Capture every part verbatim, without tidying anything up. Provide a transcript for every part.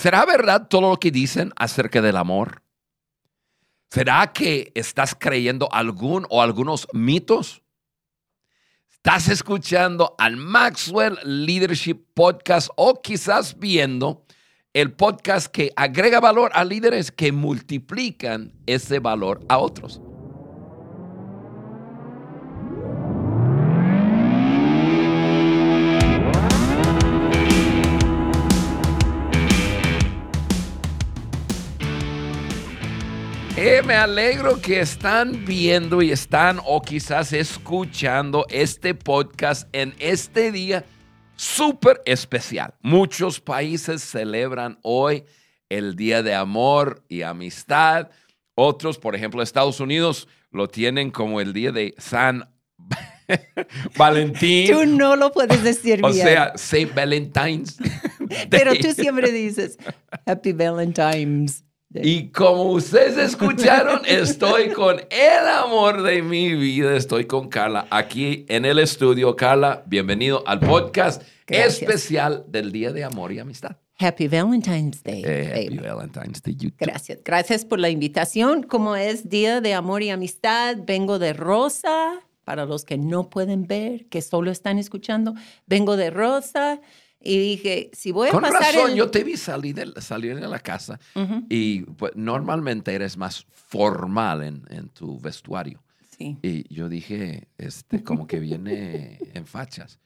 ¿Será verdad todo lo que dicen acerca del amor? ¿Será que estás creyendo algún o algunos mitos? ¿Estás escuchando al Maxwell Leadership Podcast o quizás viendo el podcast que agrega valor a líderes que multiplican ese valor a otros? Eh, me alegro que están viendo y están o quizás escuchando este podcast en este día súper especial. Muchos países celebran hoy el Día de Amor y Amistad. Otros, por ejemplo, Estados Unidos lo tienen como el Día de San Valentín. Tú no lo puedes decir o bien. O sea, Saint Valentine's Day. Pero tú siempre dices Happy Valentine's Day. Y como ustedes escucharon, estoy con el amor de mi vida. Estoy con Carla aquí en el estudio. Carla, bienvenido al podcast Gracias. Especial del Día de Amor y Amistad. Happy Valentine's Day. Eh, happy Valentine's Day. You too. Gracias. Gracias por la invitación. Como es Día de Amor y Amistad, vengo de rosa. Para los que no pueden ver, que solo están escuchando, vengo de rosa. Y dije, si voy a Con pasar razón, el... yo te vi salir de, salir de la casa uh-huh. y pues, normalmente eres más formal en, en tu vestuario. Sí. Y yo dije, este, como que viene en fachas.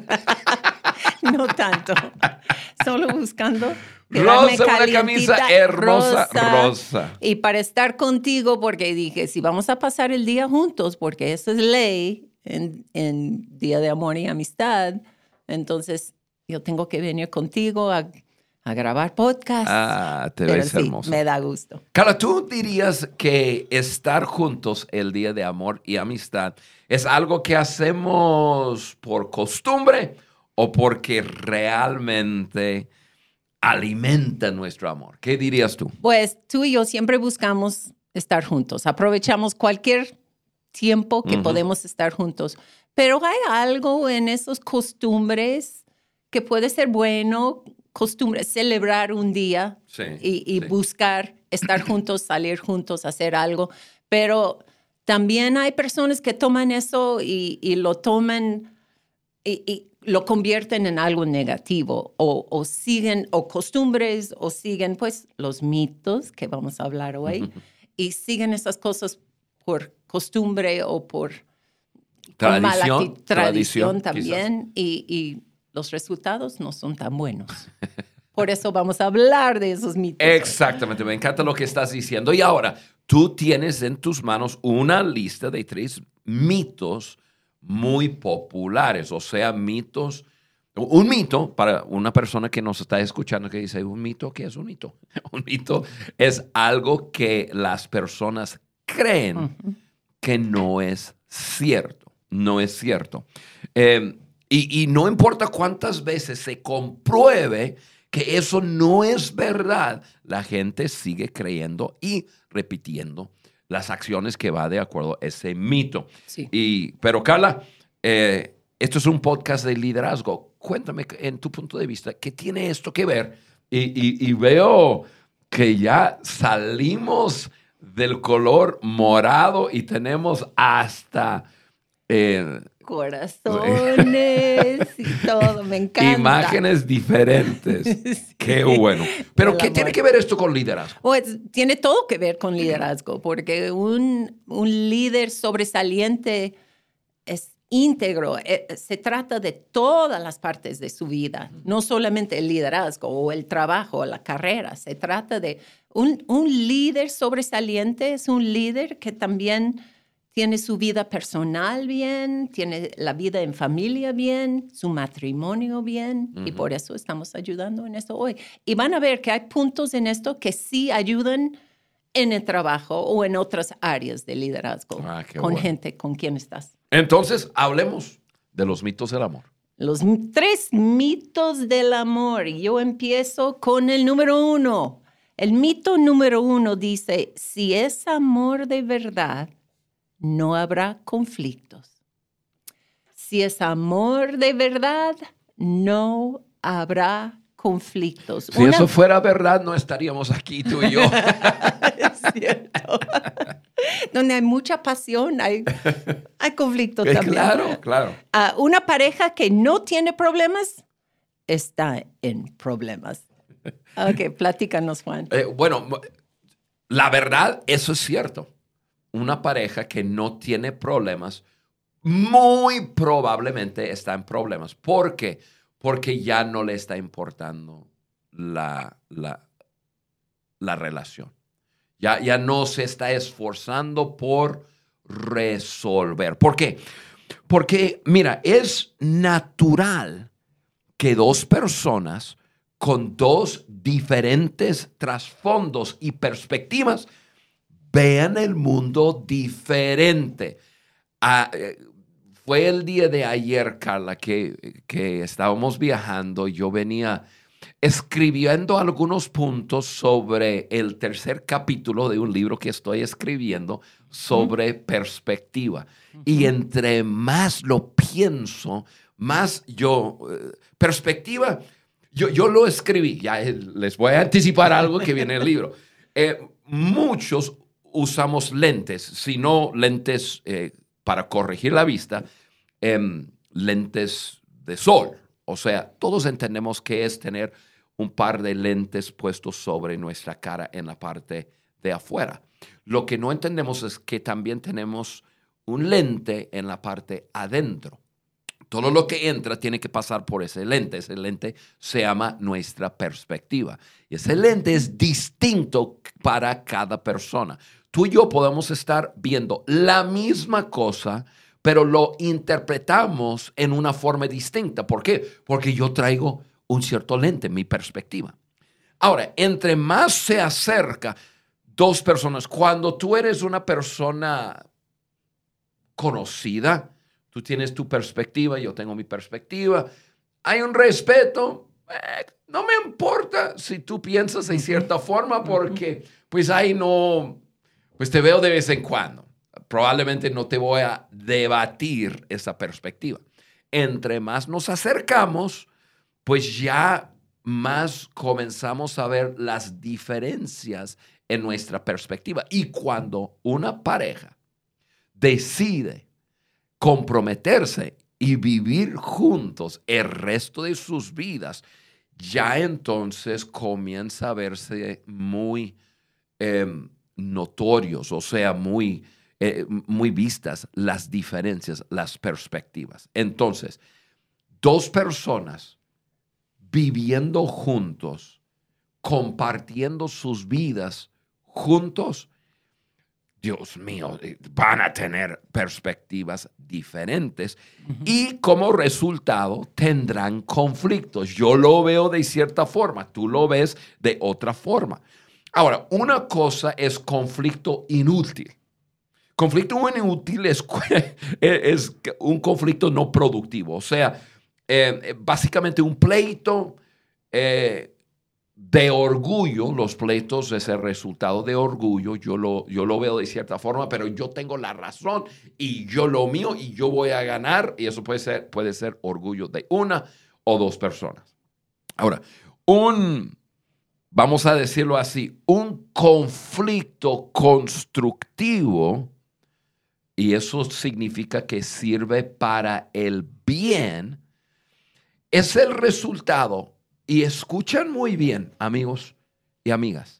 No tanto. Solo buscando rosa, una camisa hermosa, rosa, rosa. Y para estar contigo, porque dije, si vamos a pasar el día juntos, porque eso es ley en, en Día de Amor y Amistad, entonces... yo tengo que venir contigo a, a grabar podcast. Ah, te Pero ves sí, hermoso. Me da gusto. Carla, ¿tú dirías que estar juntos el Día de Amor y Amistad es algo que hacemos por costumbre o porque realmente alimenta nuestro amor? ¿Qué dirías tú? Pues tú y yo siempre buscamos estar juntos. Aprovechamos cualquier tiempo que uh-huh. podemos estar juntos. Pero hay algo en esas costumbres que puede ser bueno, costumbre, celebrar un día sí, y, y sí. buscar estar juntos, salir juntos, hacer algo. Pero también hay personas que toman eso y, y lo toman y, y lo convierten en algo negativo o, o siguen, o costumbres, o siguen pues los mitos que vamos a hablar hoy y siguen esas cosas por costumbre o por tradición, por tradición también quizás. y, y los resultados no son tan buenos. Por eso vamos a hablar de esos mitos. Exactamente, me encanta lo que estás diciendo. Y ahora, tú tienes en tus manos una lista de tres mitos muy populares, o sea, mitos, un mito para una persona que nos está escuchando que dice, ¿un mito? ¿Qué es un mito? Un mito es algo que las personas creen uh-huh. que no es cierto, no es cierto. Eh, Y, y no importa cuántas veces se compruebe que eso no es verdad, la gente sigue creyendo y repitiendo las acciones que va de acuerdo a ese mito. Sí. Y, pero Carla, eh, esto es un podcast de liderazgo. Cuéntame en tu punto de vista, ¿qué tiene esto que ver? Y, y, y veo que ya salimos del color morado y tenemos hasta... Eh, corazones y todo, me encanta. Imágenes diferentes. Sí. Qué bueno. Pero ¿qué tiene que ver esto con liderazgo? Pues tiene todo que ver con liderazgo, porque un, un líder sobresaliente es íntegro. Se trata de todas las partes de su vida, no solamente el liderazgo o el trabajo o la carrera. Se trata de un, un líder sobresaliente, es un líder que también tiene su vida personal bien, tiene la vida en familia bien, su matrimonio bien, uh-huh. y por eso estamos ayudando en esto hoy. Y van a ver que hay puntos en esto que sí ayudan en el trabajo o en otras áreas de liderazgo, ah, con bueno. gente con quien estás. Entonces, hablemos de los mitos del amor. Los tres mitos del amor. Y yo empiezo con el número uno. El mito número uno dice, si es amor de verdad, no habrá conflictos. Si es amor de verdad, no habrá conflictos. Si Una... eso fuera verdad, no estaríamos aquí tú y yo. Es cierto. Donde hay mucha pasión, hay, hay conflictos también. Claro, claro. Uh, una pareja que no tiene problemas está en problemas. Ok, platícanos, Juan. Eh, bueno, la verdad, eso es cierto. Una pareja que no tiene problemas, muy probablemente está en problemas. ¿Por qué? Porque ya no le está importando la, la, la relación. Ya, ya no se está esforzando por resolver. ¿Por qué? Porque, mira, es natural que dos personas con dos diferentes trasfondos y perspectivas vean el mundo diferente. Ah, eh, fue el día de ayer, Carla, que, que estábamos viajando. Yo venía escribiendo algunos puntos sobre el tercer capítulo de un libro que estoy escribiendo sobre uh-huh. perspectiva. Uh-huh. Y entre más lo pienso, más yo... Eh, perspectiva, yo, yo lo escribí. Ya les voy a anticipar algo que viene en el libro. Eh, muchos usamos lentes, si no lentes eh, para corregir la vista, eh, lentes de sol. O sea, todos entendemos qué es tener un par de lentes puestos sobre nuestra cara en la parte de afuera. Lo que no entendemos es que también tenemos un lente en la parte adentro. Todo lo que entra tiene que pasar por ese lente. Ese lente se llama nuestra perspectiva. Y ese lente es distinto para cada persona. Tú y yo podemos estar viendo la misma cosa, pero lo interpretamos en una forma distinta. ¿Por qué? Porque yo traigo un cierto lente, mi perspectiva. Ahora, entre más se acerca dos personas, cuando tú eres una persona conocida, tú tienes tu perspectiva, yo tengo mi perspectiva, hay un respeto, eh, no me importa si tú piensas de cierta forma porque pues ahí no, pues te veo de vez en cuando. Probablemente no te voy a debatir esa perspectiva. Entre más nos acercamos, pues ya más comenzamos a ver las diferencias en nuestra perspectiva. Y cuando una pareja decide comprometerse y vivir juntos el resto de sus vidas, ya entonces comienza a verse muy eh, notorios, o sea, muy, eh, muy vistas las diferencias, las perspectivas. Entonces, dos personas viviendo juntos, compartiendo sus vidas juntos, Dios mío, van a tener perspectivas diferentes uh-huh. y como resultado tendrán conflictos. Yo lo veo de cierta forma, tú lo ves de otra forma. Ahora, una cosa es conflicto inútil. Conflicto inútil es, es un conflicto no productivo, o sea, eh, básicamente un pleito eh, de orgullo. Los pleitos es el resultado de orgullo. Yo lo, yo lo veo de cierta forma, pero yo tengo la razón y yo lo mío y yo voy a ganar. Y eso puede ser, puede ser orgullo de una o dos personas. Ahora, un, vamos a decirlo así, un conflicto constructivo, y eso significa que sirve para el bien, es el resultado. Y escuchan muy bien, amigos y amigas.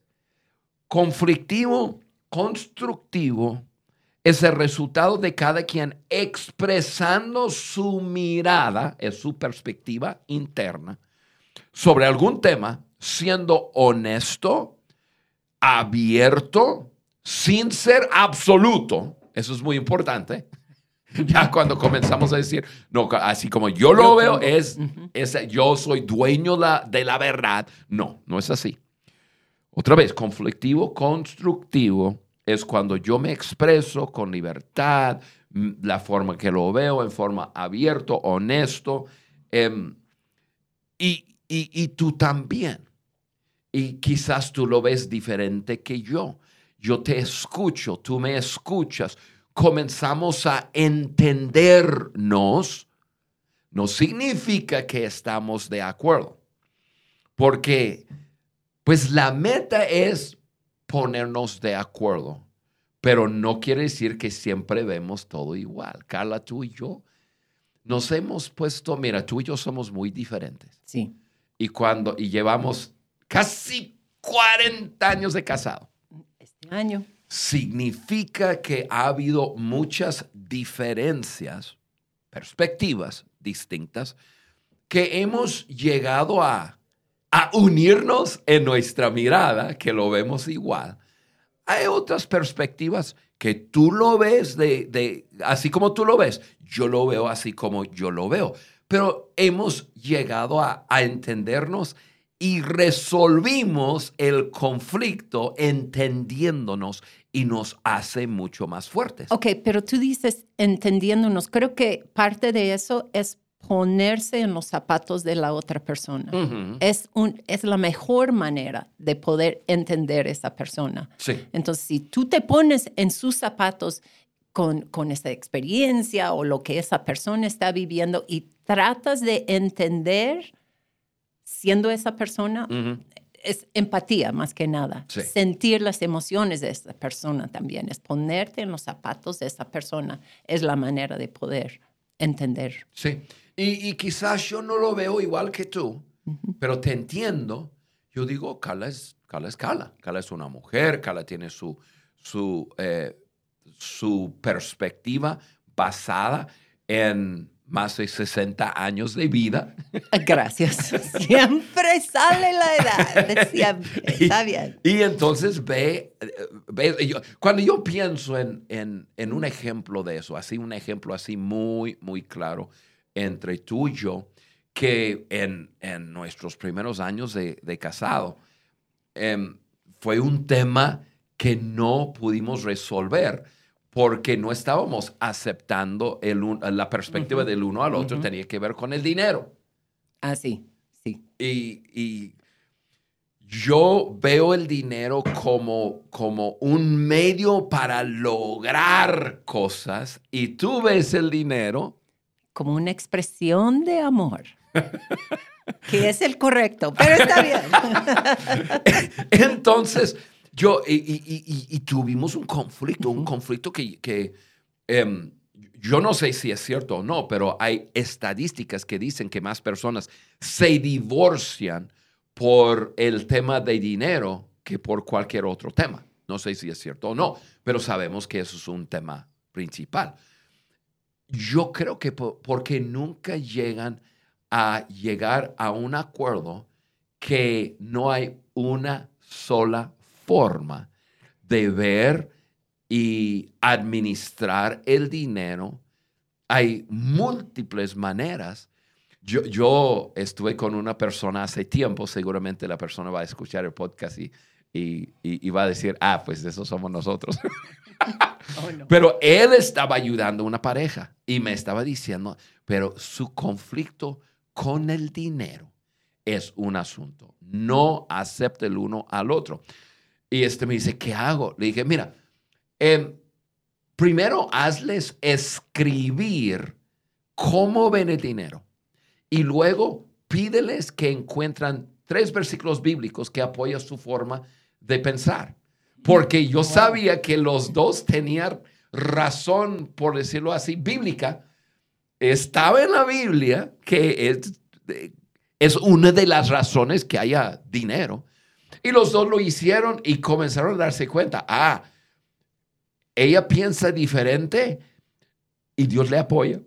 Conflictivo, constructivo, es el resultado de cada quien expresando su mirada, es su perspectiva interna, sobre algún tema, siendo honesto, abierto, sin ser absoluto. Eso es muy importante. Ya cuando comenzamos a decir, no, así como yo lo yo veo, es, uh-huh. es yo soy dueño la, de la verdad. No, no es así. Otra vez, conflictivo, constructivo, es cuando yo me expreso con libertad, la forma que lo veo, en forma abierto, honesto, eh, y, y, y tú también. Y quizás tú lo ves diferente que yo. Yo te escucho, tú me escuchas. Comenzamos a entendernos, no significa que estamos de acuerdo. Porque, pues la meta es ponernos de acuerdo, pero no quiere decir que siempre vemos todo igual. Carla, tú y yo nos hemos puesto, mira, tú y yo somos muy diferentes. Sí. Y cuando, y llevamos casi cuarenta años de casado. Este año. Significa que ha habido muchas diferencias, perspectivas distintas, que hemos llegado a, a unirnos en nuestra mirada, que lo vemos igual. Hay otras perspectivas que tú lo ves de, de, así como tú lo ves, yo lo veo así como yo lo veo. Pero hemos llegado a, a entendernos y resolvimos el conflicto entendiéndonos y nos hace mucho más fuertes. Ok, pero tú dices entendiéndonos. Creo que parte de eso es ponerse en los zapatos de la otra persona. Uh-huh. Es, un, es la mejor manera de poder entender a esa persona. Sí. Entonces, si tú te pones en sus zapatos con, con esa experiencia o lo que esa persona está viviendo y tratas de entender siendo esa persona, Uh-huh. es empatía más que nada. Sí. Sentir las emociones de esa persona también. Es ponerte en los zapatos de esa persona. Es la manera de poder entender. Sí. Y, y quizás yo no lo veo igual que tú, uh-huh. pero te entiendo. Yo digo, Carla es Carla. Es Carla. Carla es una mujer. Carla tiene su, su, eh, su perspectiva basada en más de sesenta años de vida. Gracias. Siempre sale la edad. Siempre. Está bien. Y, y entonces ve, ve yo, cuando yo pienso en, en, en un ejemplo de eso, así un ejemplo así muy, muy claro entre tú y yo, que en, en nuestros primeros años de, de casado eh, fue un tema que no pudimos resolver porque no estábamos aceptando el un, la perspectiva uh-huh. del uno al otro. Uh-huh. Tenía que ver con el dinero. Ah, sí, sí. Y, y yo veo el dinero como, como un medio para lograr cosas y tú ves el dinero como una expresión de amor. Que es el correcto, pero está bien. Entonces, yo, y, y, y, y tuvimos un conflicto, uh-huh. un conflicto que, que um, yo no sé si es cierto o no, pero hay estadísticas que dicen que más personas se divorcian por el tema de dinero que por cualquier otro tema. No sé si es cierto o no, pero sabemos que eso es un tema principal. Yo creo que por, porque nunca llegan a llegar a un acuerdo que no hay una sola forma de ver y administrar el dinero. Hay múltiples maneras. Yo, yo estuve con una persona hace tiempo, seguramente la persona va a escuchar el podcast y, y, y, y va a decir, ah, pues eso somos nosotros. Oh, no. Pero él estaba ayudando a una pareja y me estaba diciendo, pero su conflicto con el dinero es un asunto. No acepta el uno al otro. Y este me dice, ¿qué hago? Le dije, mira, eh, primero hazles escribir cómo ven el dinero. Y luego pídeles que encuentran tres versículos bíblicos que apoyan su forma de pensar. Porque yo sabía que los dos tenían razón, por decirlo así, bíblica. Estaba en la Biblia que es, es una de las razones que haya dinero. Y los dos lo hicieron y comenzaron a darse cuenta. Ah, ella piensa diferente y Dios le apoya.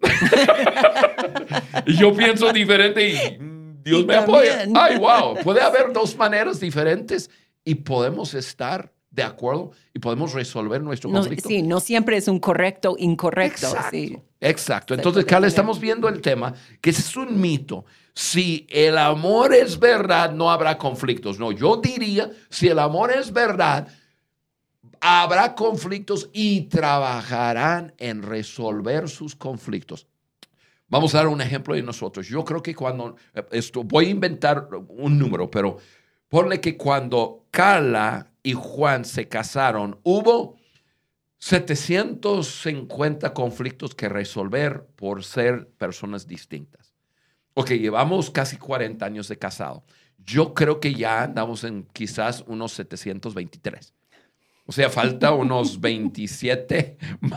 Y yo pienso diferente y Dios y me también. apoya. Ay, wow. Puede haber dos maneras diferentes y podemos estar de acuerdo y podemos resolver nuestro no, conflicto. Sí, no siempre es un correcto, incorrecto. Exacto, sí. exacto. Entonces, Carla, estamos viendo el tema, que es un mito. Si el amor es verdad, no habrá conflictos. No, yo diría, si el amor es verdad, habrá conflictos y trabajarán en resolver sus conflictos. Vamos a dar un ejemplo de nosotros. Yo creo que cuando, esto, voy a inventar un número, pero ponle que cuando Carla y Juan se casaron, hubo setecientos cincuenta conflictos que resolver por ser personas distintas. Ok, llevamos casi cuarenta años de casado. yo creo que ya andamos en quizás unos setecientos veintitrés. O sea, falta unos veintisiete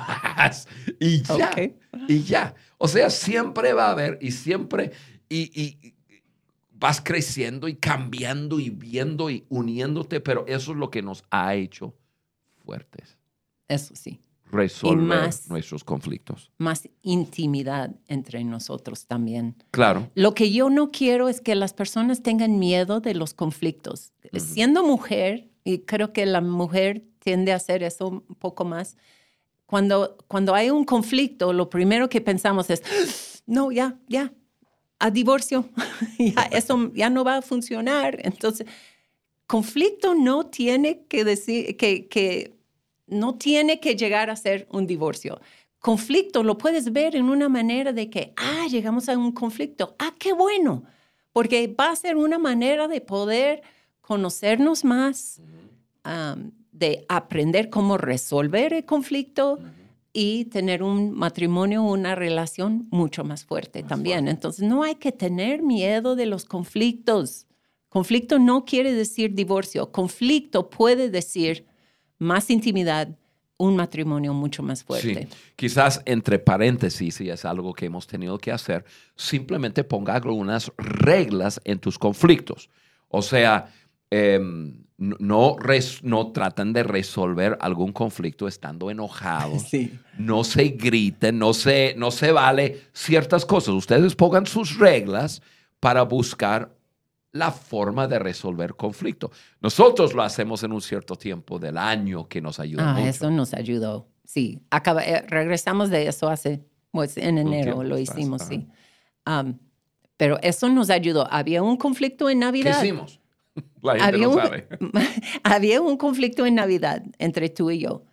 más y ya, okay. y ya. O sea, siempre va a haber y siempre, y, y vas creciendo y cambiando y viendo y uniéndote, pero eso es lo que nos ha hecho fuertes. Eso sí. Resolver más, nuestros conflictos. Más intimidad entre nosotros también. Claro. Lo que yo no quiero es que las personas tengan miedo de los conflictos. Uh-huh. Siendo mujer, y creo que la mujer tiende a hacer eso un poco más, cuando, cuando hay un conflicto, lo primero que pensamos es, no, ya, ya, a divorcio, ya, eso ya no va a funcionar. Entonces, conflicto no tiene que decir que... que no tiene que llegar a ser un divorcio. Conflicto lo puedes ver en una manera de que, ah, llegamos a un conflicto. Ah, qué bueno. Porque va a ser una manera de poder conocernos más, um, de aprender cómo resolver el conflicto uh-huh. y tener un matrimonio, una relación mucho más fuerte más también. Fuerte. Entonces, no hay que tener miedo de los conflictos. Conflicto no quiere decir divorcio. Conflicto puede decir más intimidad, un matrimonio mucho más fuerte. Sí. Quizás entre paréntesis, y es algo que hemos tenido que hacer, simplemente ponga algunas reglas en tus conflictos. O sea, eh, no, res, no tratan de resolver algún conflicto estando enojados. Sí. No se griten, no se, no se vale ciertas cosas. Ustedes pongan sus reglas para buscar la forma de resolver conflicto. Nosotros lo hacemos en un cierto tiempo del año que nos ayuda ah, mucho. Eso nos ayudó, sí. Acaba, eh, regresamos de eso hace, pues en enero lo hicimos, sí. Um, pero eso nos ayudó. Había un conflicto en Navidad. ¿Qué hicimos? La gente había no un, sabe. Había un conflicto en Navidad entre tú y yo.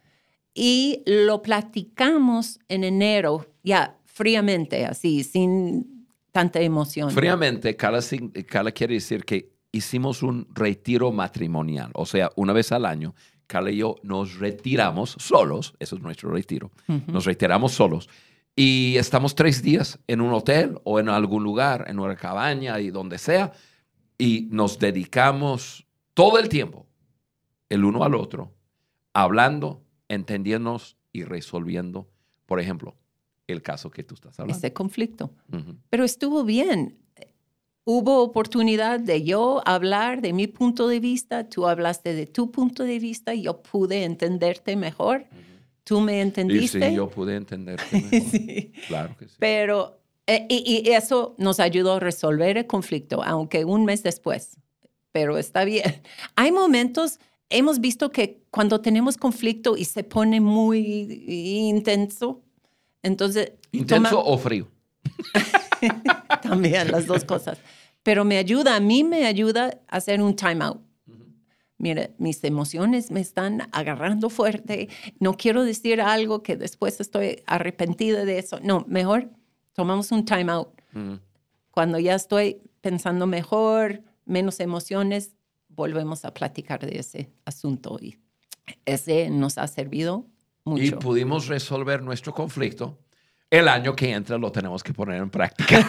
Y lo platicamos en enero, ya fríamente, así, sin tanta emoción. Fríamente, Carla, Carla quiere decir que hicimos un retiro matrimonial. O sea, una vez al año, Carla y yo nos retiramos solos. Eso es nuestro retiro. Uh-huh. Nos retiramos solos. Y estamos tres días en un hotel o en algún lugar, en una cabaña y donde sea. Y nos dedicamos todo el tiempo, el uno al otro, hablando, entendiéndonos y resolviendo, por ejemplo, el caso que tú estás hablando. Ese conflicto. Uh-huh. Pero estuvo bien. Hubo oportunidad de yo hablar de mi punto de vista, tú hablaste de tu punto de vista, yo pude entenderte mejor, uh-huh. tú me entendiste. Y sí, yo pude entenderte mejor. Sí. Claro que sí. Pero, eh, y, y eso nos ayudó a resolver el conflicto, aunque un mes después. Pero está bien. Hay momentos, hemos visto que cuando tenemos conflicto y se pone muy intenso, entonces... ¿Intenso toma... o frío? También, las dos cosas. Pero me ayuda, a mí me ayuda a hacer un time out. Uh-huh. Mira, mis emociones me están agarrando fuerte. No quiero decir algo que después estoy arrepentida de eso. No, mejor tomamos un time out. Uh-huh. Cuando ya estoy pensando mejor, menos emociones, volvemos a platicar de ese asunto. Y ese nos ha servido mucho. Y pudimos resolver nuestro conflicto. El año que entra lo tenemos que poner en práctica.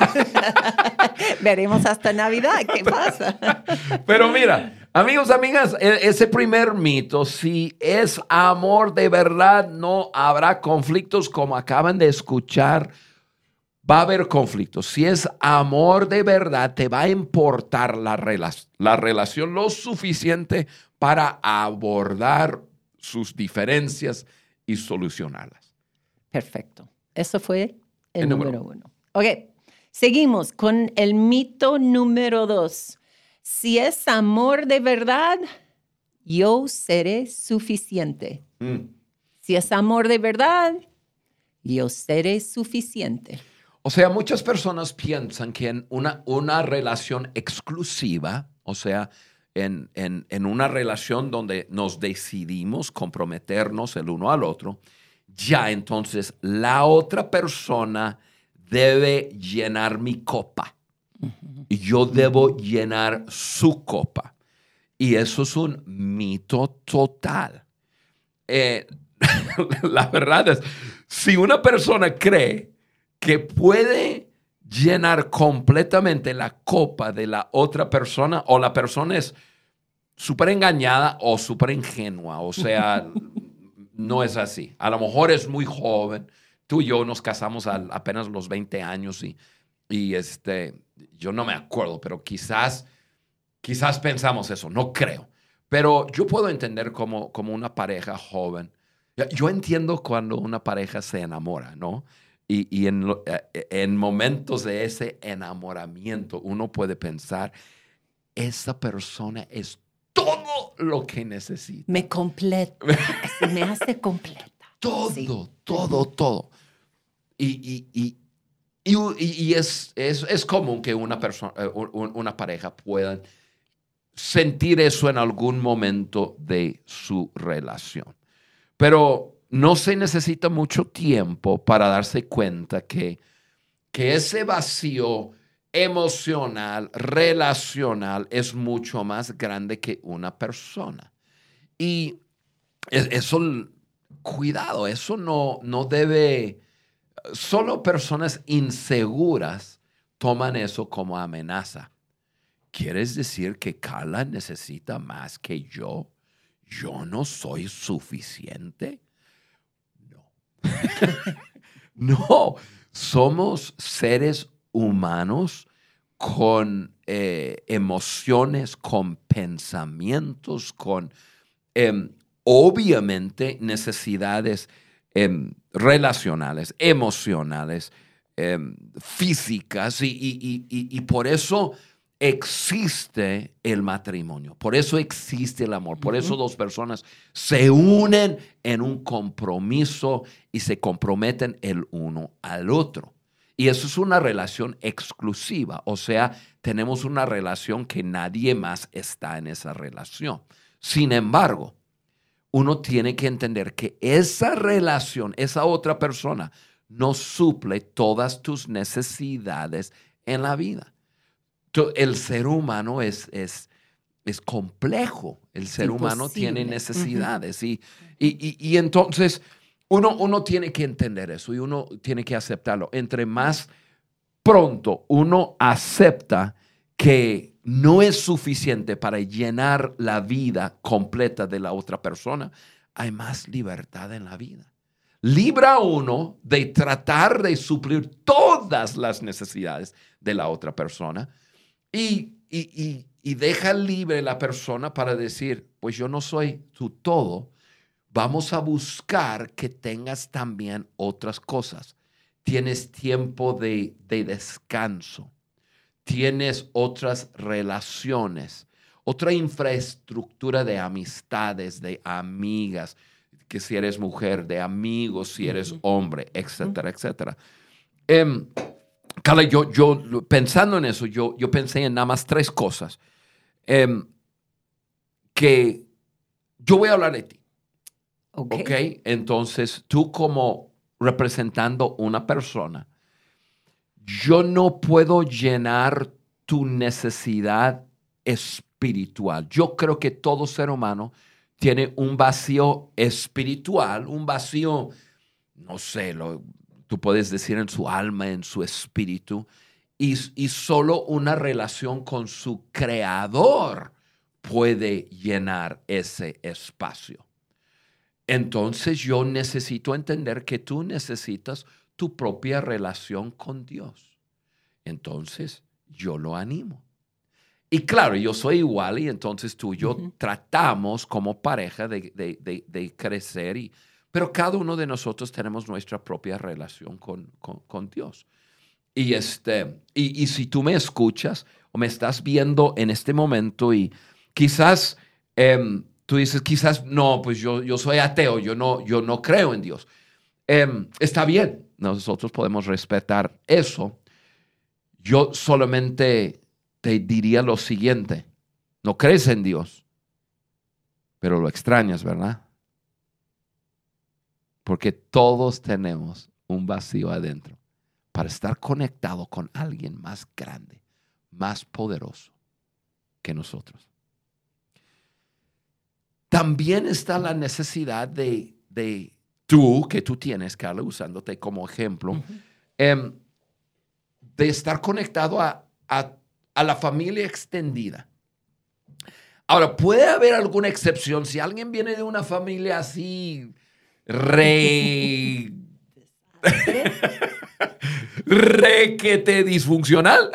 Veremos hasta Navidad qué pasa. Pero mira, amigos, amigas, ese primer mito, si es amor de verdad, no habrá conflictos, como acaban de escuchar. Va a haber conflictos. Si es amor de verdad, te va a importar la, rela- la relación lo suficiente para abordar sus diferencias y solucionarlas. Perfecto. Eso fue el, el número, número uno. Ok, seguimos con el mito número dos. Si es amor de verdad, yo seré suficiente. Mm. Si es amor de verdad, yo seré suficiente. O sea, muchas personas piensan que en una, una relación exclusiva, o sea, en, en, en una relación donde nos decidimos comprometernos el uno al otro, ya entonces la otra persona debe llenar mi copa. Uh-huh. Y yo debo llenar su copa. Y eso es un mito total. Eh, la verdad es, si una persona cree que puede llenar completamente la copa de la otra persona, o la persona es súper engañada o súper ingenua. O sea, no es así. A lo mejor es muy joven. Tú y yo nos casamos a apenas los veinte años y, y este, yo no me acuerdo, pero quizás, quizás pensamos eso. No creo. Pero yo puedo entender como, como una pareja joven. Yo entiendo cuando una pareja se enamora, ¿no? Y, y en, en momentos de ese enamoramiento uno puede pensar, esa persona es todo lo que necesita. Me completa, me hace completa. Todo, Sí. todo, todo. Y, y, y, y, y es, es, es común que una, persona, una pareja pueda sentir eso en algún momento de su relación. Pero no se necesita mucho tiempo para darse cuenta que, que ese vacío emocional, relacional, es mucho más grande que una persona. Y eso, cuidado, eso no, no debe, solo personas inseguras toman eso como amenaza. ¿Quieres decir que Carla necesita más que yo? ¿Yo no soy suficiente? No. No, somos seres humanos con eh, emociones, con pensamientos, con eh, obviamente necesidades eh, relacionales, emocionales, eh, físicas, y, y, y, y por eso existe el matrimonio, por eso existe el amor, por eso dos personas se unen en un compromiso y se comprometen el uno al otro. Y eso es una relación exclusiva, o sea, tenemos una relación que nadie más está en esa relación. Sin embargo, uno tiene que entender que esa relación, esa otra persona, no suple todas tus necesidades en la vida. El ser humano es, es, es complejo. El ser humano tiene necesidades. Uh-huh. y, y, y, y entonces uno, uno tiene que entender eso y uno tiene que aceptarlo. Entre más pronto uno acepta que no es suficiente para llenar la vida completa de la otra persona, hay más libertad en la vida. Libra uno de tratar de suplir todas las necesidades de la otra persona. Y, y, y, y deja libre la persona para decir, pues yo no soy tu todo, vamos a buscar que tengas también otras cosas. Tienes tiempo de, de descanso, tienes otras relaciones, otra infraestructura de amistades, de amigas, que si eres mujer, de amigos, si eres hombre, etcétera, etcétera. Um, Carla, yo, yo pensando en eso, yo, yo pensé en nada más tres cosas. Eh, que yo voy a hablar de ti. Okay. ¿Ok? Entonces, tú como representando una persona, yo no puedo llenar tu necesidad espiritual. Yo creo que todo ser humano tiene un vacío espiritual, un vacío, no sé, lo tú puedes decir en su alma, en su espíritu, y, y solo una relación con su creador puede llenar ese espacio. Entonces yo necesito entender que tú necesitas tu propia relación con Dios. Entonces yo lo animo. Y claro, yo soy igual y entonces tú y yo uh-huh. tratamos como pareja de, de, de, de crecer y pero cada uno de nosotros tenemos nuestra propia relación con, con, con Dios. Y, este, y, y si tú me escuchas o me estás viendo en este momento y quizás eh, tú dices, quizás no, pues yo, yo soy ateo, yo no, yo no creo en Dios. Eh, está bien, nosotros podemos respetar eso. Yo solamente te diría lo siguiente, no crees en Dios, pero lo extrañas, ¿verdad? Porque todos tenemos un vacío adentro para estar conectado con alguien más grande, más poderoso que nosotros. También está la necesidad de, de tú, que tú tienes, Carla, usándote como ejemplo, uh-huh. eh, de estar conectado a, a, a la familia extendida. Ahora, puede haber alguna excepción. Si alguien viene de una familia así, re... requete disfuncional,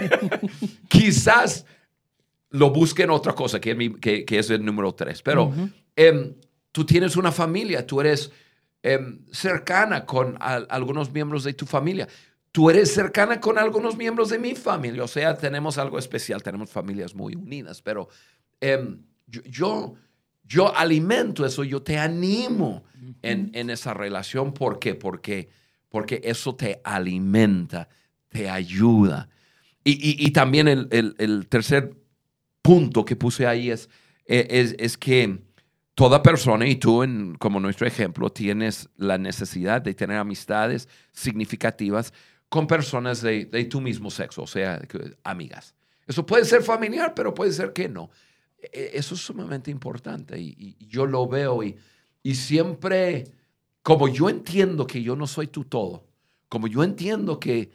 quizás lo busquen otra cosa, que, es mi- que- que es el número tres. Pero Ujú. em, tú tienes una familia, tú eres em, cercana con a- algunos miembros de tu familia. Tú eres cercana con algunos miembros de mi familia. O sea, tenemos algo especial, tenemos familias muy unidas. Pero em, yo, yo, yo alimento eso, yo te animo en, en esa relación. ¿Por qué? Porque, porque eso te alimenta, te ayuda. Y, y- y también el, el- el tercer punto que puse ahí es, eh, es, es que toda persona, y tú en, como nuestro ejemplo, tienes la necesidad de tener amistades significativas con personas de, de tu mismo sexo, o sea, que- amigas. Eso puede ser familiar, pero puede ser que no. E- Eso es sumamente importante y, y yo lo veo y, y siempre, como yo entiendo que yo no soy tu todo, como yo entiendo que,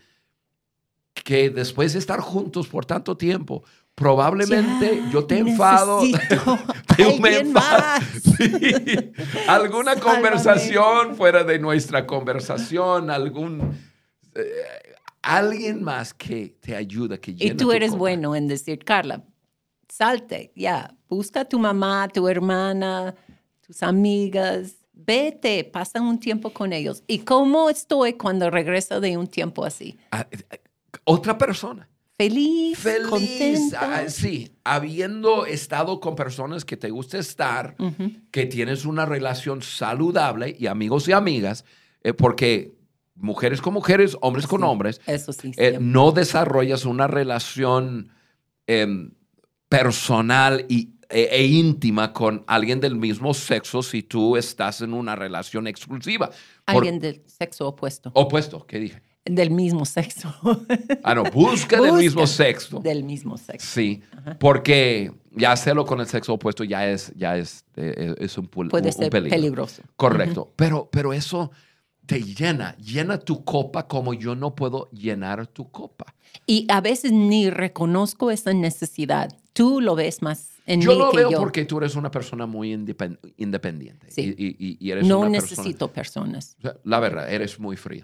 que después de estar juntos por tanto tiempo, probablemente Ya yo te enfado, necesito te me alguien enfado. más. Sí. Alguna Sálvame. conversación fuera de nuestra conversación, algún eh, alguien más que te ayuda, que Y llena tú tu eres copa. bueno en decir, Carla, salte, ya, busca a tu mamá, tu hermana, tus amigas, vete, pasa un tiempo con ellos. ¿Y cómo estoy cuando regreso de un tiempo así? Ah, eh, Otra persona. Feliz, Feliz, contenta. ah, sí, habiendo estado con personas que te gusta estar, Ujú. que tienes una relación saludable y amigos y amigas, eh, porque mujeres con mujeres, hombres con Sí, hombres, eso sí, eh, siempre. no desarrollas una relación em, personal y, e, e íntima con alguien del mismo sexo si tú estás en una relación exclusiva. Por- Alguien del sexo opuesto, opuesto, ¿qué dije? del mismo sexo. Ah, no, busca del Busca mismo sexo. Del mismo sexo. Sí, porque ya hacerlo con el sexo opuesto ya es, ya es, eh, es un, pul- Puede un- un ser peligro. peligroso. Correcto. pero, pero eso te llena, llena tu copa como yo no puedo llenar tu copa. Y a veces ni reconozco esa necesidad. Tú lo ves más en Yo mí lo que veo yo. porque tú eres una persona muy independ- independiente. Sí. Y, y- y eres No una necesito personas. persona. La verdad, eres muy fría.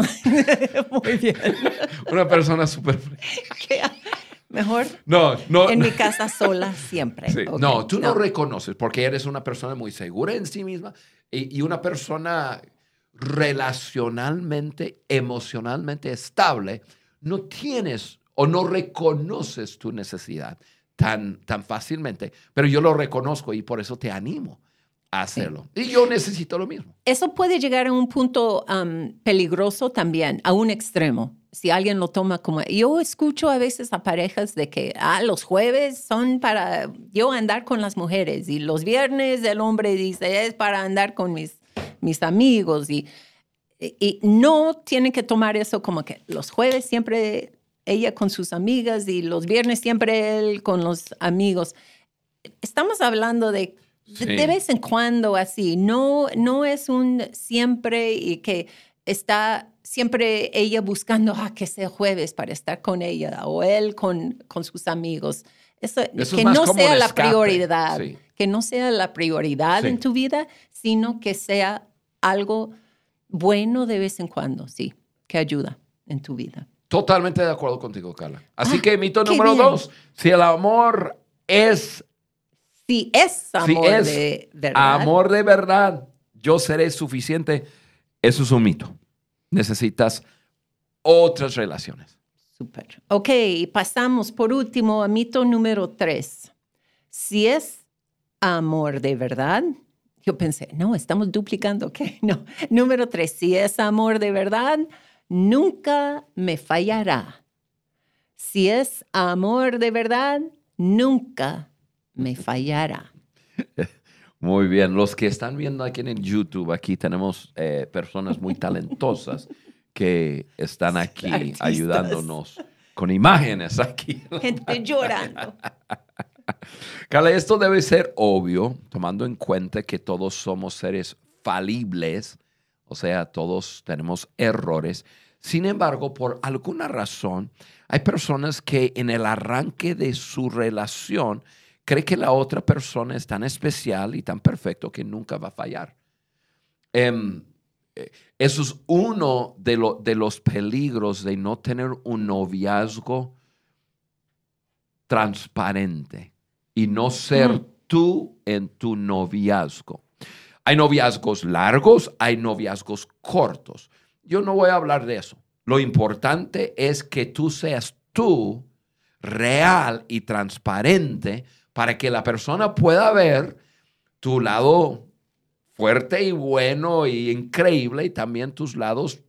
Muy bien. Una persona súper fría. ¿Qué? Mejor No, no. en mi casa sola siempre. Sí. Ok, No, tú no. reconoces porque eres una persona muy segura en sí misma y, y una persona relacionalmente, emocionalmente estable. No tienes o no reconoces tu necesidad tan, tan fácilmente, pero yo lo reconozco y por eso te animo a hacerlo. Y yo necesito lo mismo. Eso puede llegar a un punto um, peligroso también, a un extremo. Si alguien lo toma como... Yo escucho a veces a parejas de que ah, los jueves son para yo andar con las mujeres y los viernes el hombre dice es para andar con mis, mis amigos. Y, y, y no tienen que tomar eso como que los jueves siempre ella con sus amigas y los viernes siempre él con los amigos. Estamos hablando de... Sí. De, de vez en cuando así, no, no es un siempre y que está siempre ella buscando ah, que sea jueves para estar con ella o él con, con sus amigos. Eso, Eso que es más no como sea un la escape. prioridad, Sí. que no sea la prioridad Sí. en tu vida, sino que sea algo bueno de vez en cuando, sí, que ayuda en tu vida. Totalmente de acuerdo contigo, Carla. Así Ah, que mito qué número bien. dos, si el amor es Si es amor Si es de verdad. amor de verdad, yo seré suficiente. Eso es un mito. Necesitas otras relaciones. Súper. Ok, y pasamos por último a mito número tres. Si es amor de verdad, yo pensé, no, estamos duplicando, ok. No. Número tres, si es amor de verdad, nunca me fallará. Si es amor de verdad, nunca me fallará. Muy bien. Los que están viendo aquí en el YouTube, aquí tenemos eh, personas muy talentosas que están aquí Artistas. ayudándonos con imágenes aquí. Gente llorando. Carla, esto debe ser obvio, tomando en cuenta que todos somos seres falibles, o sea, todos tenemos errores. Sin embargo, por alguna razón, hay personas que en el arranque de su relación creen que la otra persona es tan especial y tan perfecto que nunca va a fallar. Um, eso es uno de, lo, de los peligros de no tener un noviazgo transparente y no ser mm. tú en tu noviazgo. Hay noviazgos largos, hay noviazgos cortos. Yo no voy a hablar de eso. Lo importante es que tú seas tú, real y transparente, para que la persona pueda ver tu lado fuerte y bueno y increíble y también tus lados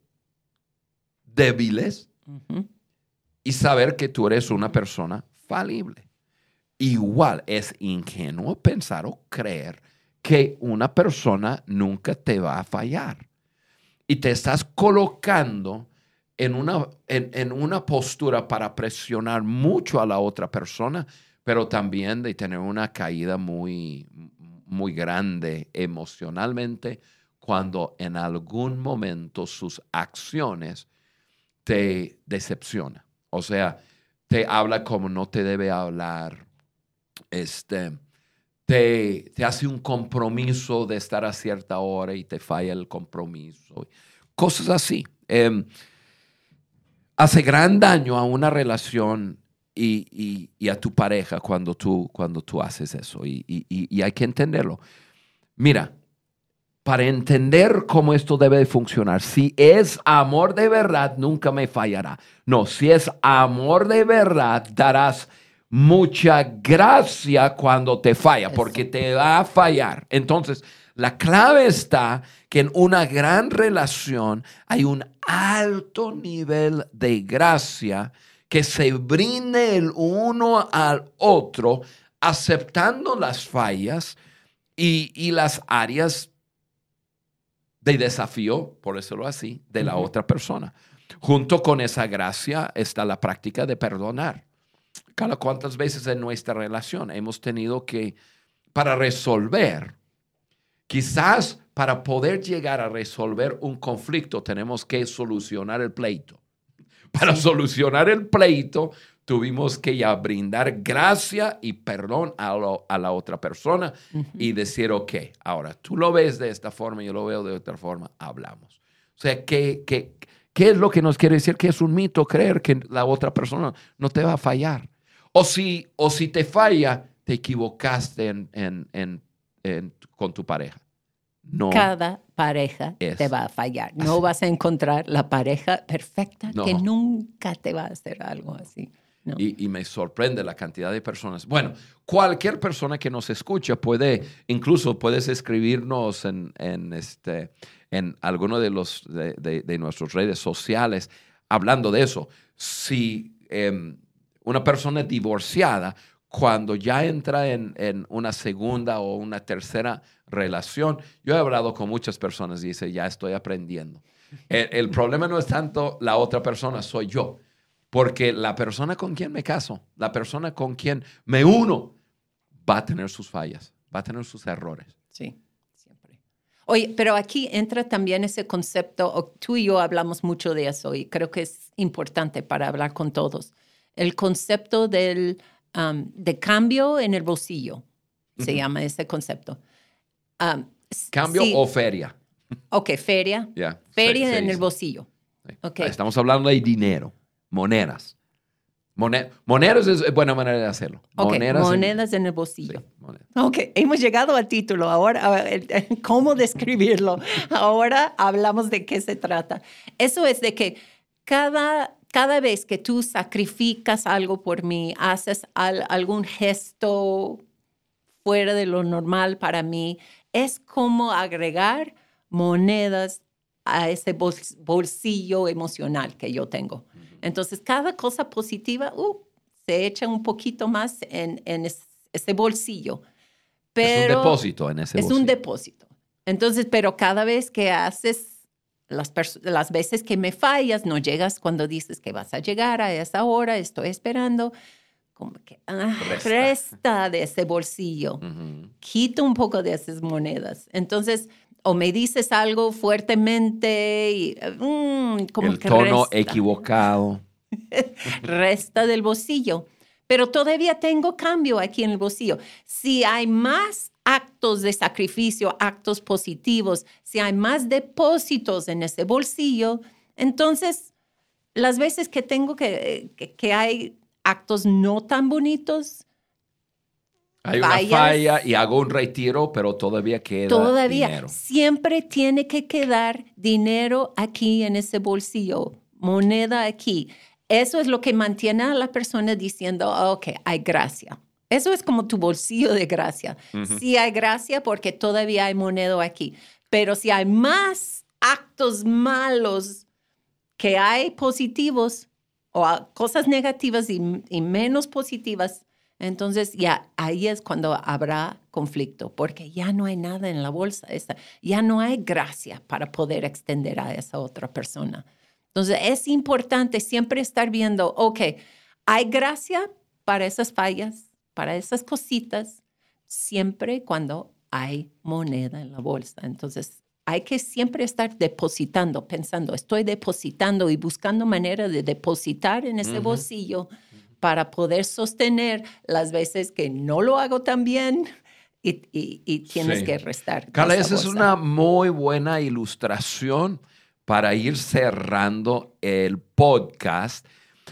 débiles uh-huh. y saber que tú eres una persona falible. Igual es ingenuo pensar o creer que una persona nunca te va a fallar. Y te estás colocando en una, en, en una postura para presionar mucho a la otra persona, pero también de tener una caída muy, muy grande emocionalmente cuando en algún momento sus acciones te decepcionan. O sea, te habla como no te debe hablar, este... Te, te hace un compromiso de estar a cierta hora y te falla el compromiso. Cosas así. Eh, hace gran daño a una relación y, y, y a tu pareja cuando tú, cuando tú haces eso. Y, y, y hay que entenderlo. Mira, para entender cómo esto debe de funcionar, si es amor de verdad, nunca me fallará. No, si es amor de verdad, darás mucha gracia cuando te falla, porque te va a fallar. Entonces, la clave está que en una gran relación hay un alto nivel de gracia que se brinde el uno al otro, aceptando las fallas y, y las áreas de desafío, por decirlo así, de la uh-huh. otra persona. Junto con esa gracia está la práctica de perdonar. Cada cuántas veces en nuestra relación hemos tenido que, para resolver, quizás para poder llegar a resolver un conflicto, tenemos que solucionar el pleito. Para sí. solucionar el pleito, tuvimos que ya brindar gracia y perdón a, lo, a la otra persona uh-huh. y decir, ok, ahora tú lo ves de esta forma, yo lo veo de otra forma, hablamos. O sea, ¿qué, qué, qué es lo que nos quiere decir? Que es un mito creer que la otra persona no te va a fallar. O si, o si te falla, te equivocaste en, en, en, en, con tu pareja. No. Cada pareja es. te va a fallar. No así. Vas a encontrar la pareja perfecta no. que nunca te va a hacer algo así. No. Y, y me sorprende la cantidad de personas. Bueno, cualquier persona que nos escucha puede, incluso puedes escribirnos en, en, este, en alguno de, los, de, de, de nuestras redes sociales hablando de eso. Si... Eh, Una persona divorciada, cuando ya entra en, en una segunda o una tercera relación, yo he hablado con muchas personas y dice, ya estoy aprendiendo. El, el problema no es tanto la otra persona, soy yo. Porque la persona con quien me caso, la persona con quien me uno, va a tener sus fallas, va a tener sus errores. Sí, siempre. Oye, pero aquí entra también ese concepto, tú y yo hablamos mucho de eso y creo que es importante para hablar con todos. El concepto del, um, de cambio en el bolsillo, se uh-huh. llama ese concepto. Um, ¿Cambio sí. o feria? Ok, feria. Yeah, feria se, se en dice. el bolsillo. Sí. Okay. Estamos hablando de dinero, monedas. Moner, monedas es buena manera de hacerlo. Okay. Monedas, monedas en, en el bolsillo. Sí, ok, hemos llegado al título. Ahora, ¿cómo describirlo? Ahora hablamos de qué se trata. Eso es de que cada... Cada vez que tú sacrificas algo por mí, haces al, algún gesto fuera de lo normal para mí, es como agregar monedas a ese bol- bolsillo emocional que yo tengo. Entonces, cada cosa positiva uh, se echa un poquito más en, en es, ese bolsillo. Pero es un depósito en ese bolsillo. Es un depósito. Entonces, pero cada vez que haces... Las, pers- las veces que me fallas, no llegas cuando dices que vas a llegar a esa hora, estoy esperando, como que ah, resta. resta de ese bolsillo, uh-huh. quita un poco de esas monedas. Entonces, o me dices algo fuertemente y mm, como el que tono resta, equivocado. resta del bolsillo. Pero todavía tengo cambio aquí en el bolsillo. Si hay más actos de sacrificio, actos positivos, si hay más depósitos en ese bolsillo, entonces las veces que tengo que, que, que hay actos no tan bonitos, hay una fallas, falla y hago un retiro, pero todavía queda todavía dinero. siempre tiene que quedar dinero aquí en ese bolsillo, moneda aquí. Eso es lo que mantiene a la persona diciendo, ok, hay gracia. Eso es como tu bolsillo de gracia. Uh-huh. Sí hay gracia porque todavía hay moneda aquí. Pero si hay más actos malos que hay positivos o cosas negativas y, y menos positivas, entonces ya ahí es cuando habrá conflicto, porque ya no hay nada en la bolsa, esa, ya no hay gracia para poder extender a esa otra persona. Entonces es importante siempre estar viendo, ok, hay gracia para esas fallas, para esas cositas, siempre cuando hay moneda en la bolsa. Entonces hay que siempre estar depositando, pensando, estoy depositando y buscando manera de depositar en ese uh-huh. bolsillo para poder sostener las veces que no lo hago tan bien y, y, y tienes sí. que restar. Carla, esa es una muy buena ilustración para ir cerrando el podcast.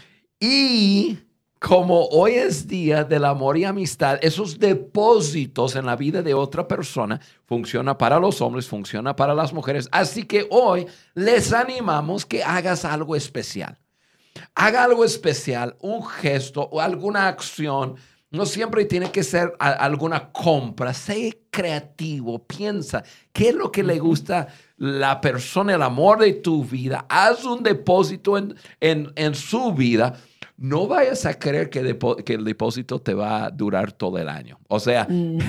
Y como hoy es día del amor y amistad, esos depósitos en la vida de otra persona funciona para los hombres, funciona para las mujeres. Así que hoy les animamos que hagas algo especial. Haga algo especial, un gesto o alguna acción. No siempre tiene que ser a, alguna compra. Sé creativo, piensa qué es lo que le gusta a la persona, el amor de tu vida. Haz un depósito en, en, en su vida. No vayas a creer que, depo- que el depósito te va a durar todo el año. O sea, no.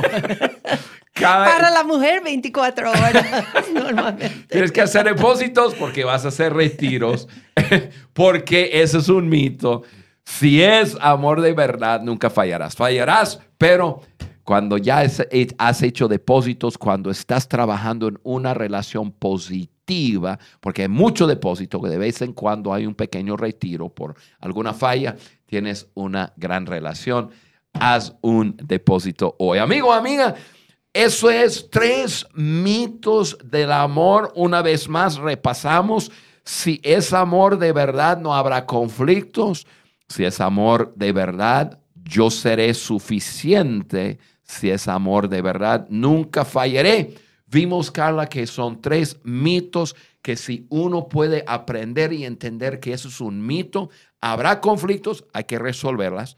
Cada... Para la mujer, veinticuatro horas normalmente. Tienes que hacer depósitos porque vas a hacer retiros, porque ese es un mito. Si es amor de verdad, nunca fallarás. Fallarás, pero cuando ya has hecho depósitos, cuando estás trabajando en una relación positiva, porque hay mucho depósito, que de vez en cuando hay un pequeño retiro por alguna falla, tienes una gran relación. Haz un depósito hoy. Amigo, amiga, eso es tres mitos del amor. Una vez más repasamos. Si es amor de verdad, no habrá conflictos. Si es amor de verdad, yo seré suficiente. Si es amor de verdad, nunca fallaré. Vimos, Carla, que son tres mitos que si uno puede aprender y entender que eso es un mito, habrá conflictos, hay que resolverlas.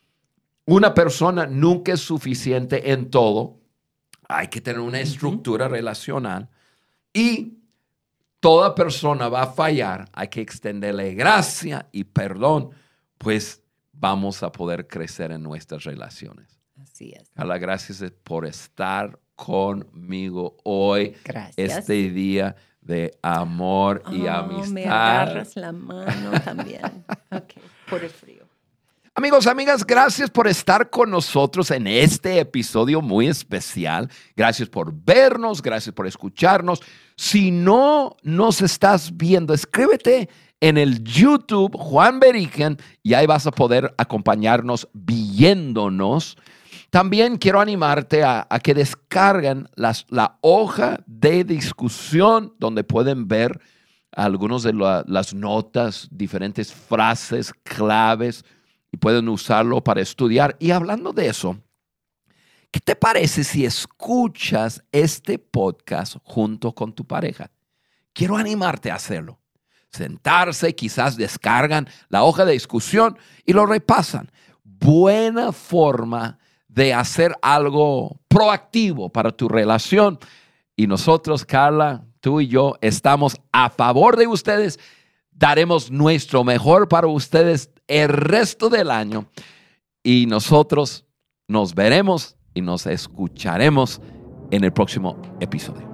Una persona nunca es suficiente en todo. Hay que tener una estructura uh-huh. relacional y toda persona va a fallar. Hay que extenderle gracia y perdón, pues vamos a poder crecer en nuestras relaciones. Así es. Carla, gracias por estar conmigo hoy. Gracias. Este día de amor y oh, amistad. Me agarras la mano también. Ok, por el frío. Amigos, amigas, gracias por estar con nosotros en este episodio muy especial. Gracias por vernos, gracias por escucharnos. Si no nos estás viendo, escríbete en el YouTube Juan Beriken y ahí vas a poder acompañarnos viéndonos. También quiero animarte a, a que descarguen las, la hoja de discusión donde pueden ver algunas de la, las notas, diferentes frases, claves, y pueden usarlo para estudiar. Y hablando de eso, ¿qué te parece si escuchas este podcast junto con tu pareja? Quiero animarte a hacerlo. Sentarse, quizás descargan la hoja de discusión y lo repasan. Buena forma de hacer algo proactivo para tu relación. Y nosotros, Carla, tú y yo, estamos a favor de ustedes. Daremos nuestro mejor para ustedes el resto del año. Y nosotros nos veremos y nos escucharemos en el próximo episodio.